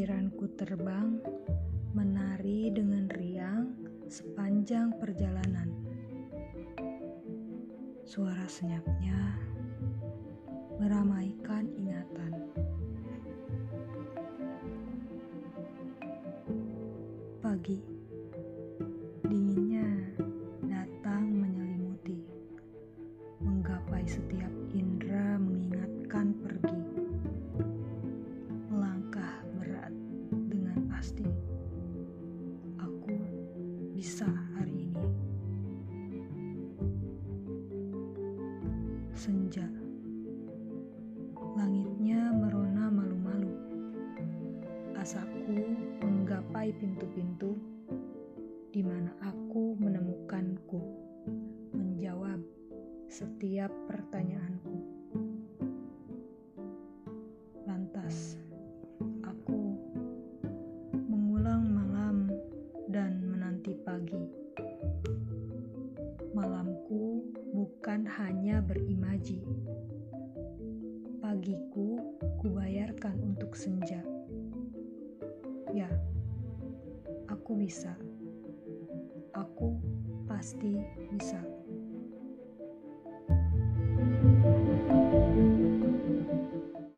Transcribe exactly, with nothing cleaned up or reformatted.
Pikiranku terbang, menari dengan riang sepanjang perjalanan. Suara senyapnya meramaikan ingatan. Pagi, dinginnya datang menyelimuti, menggapai setiap indera mengingatkan pergi. Melangkah berat dengan pasti, aku bisa hari ini. Senja, langitnya merona malu-malu. Asaku menggapai pintu-pintu di mana aku menemukanku, menjawab setiap pertanyaanku. Lantas, aku mengulang malam dan menanti pagi. Malamku bukan hanya berimaji. Pagiku kubayarkan untuk senja. Ya, aku bisa. Aku pasti bisa.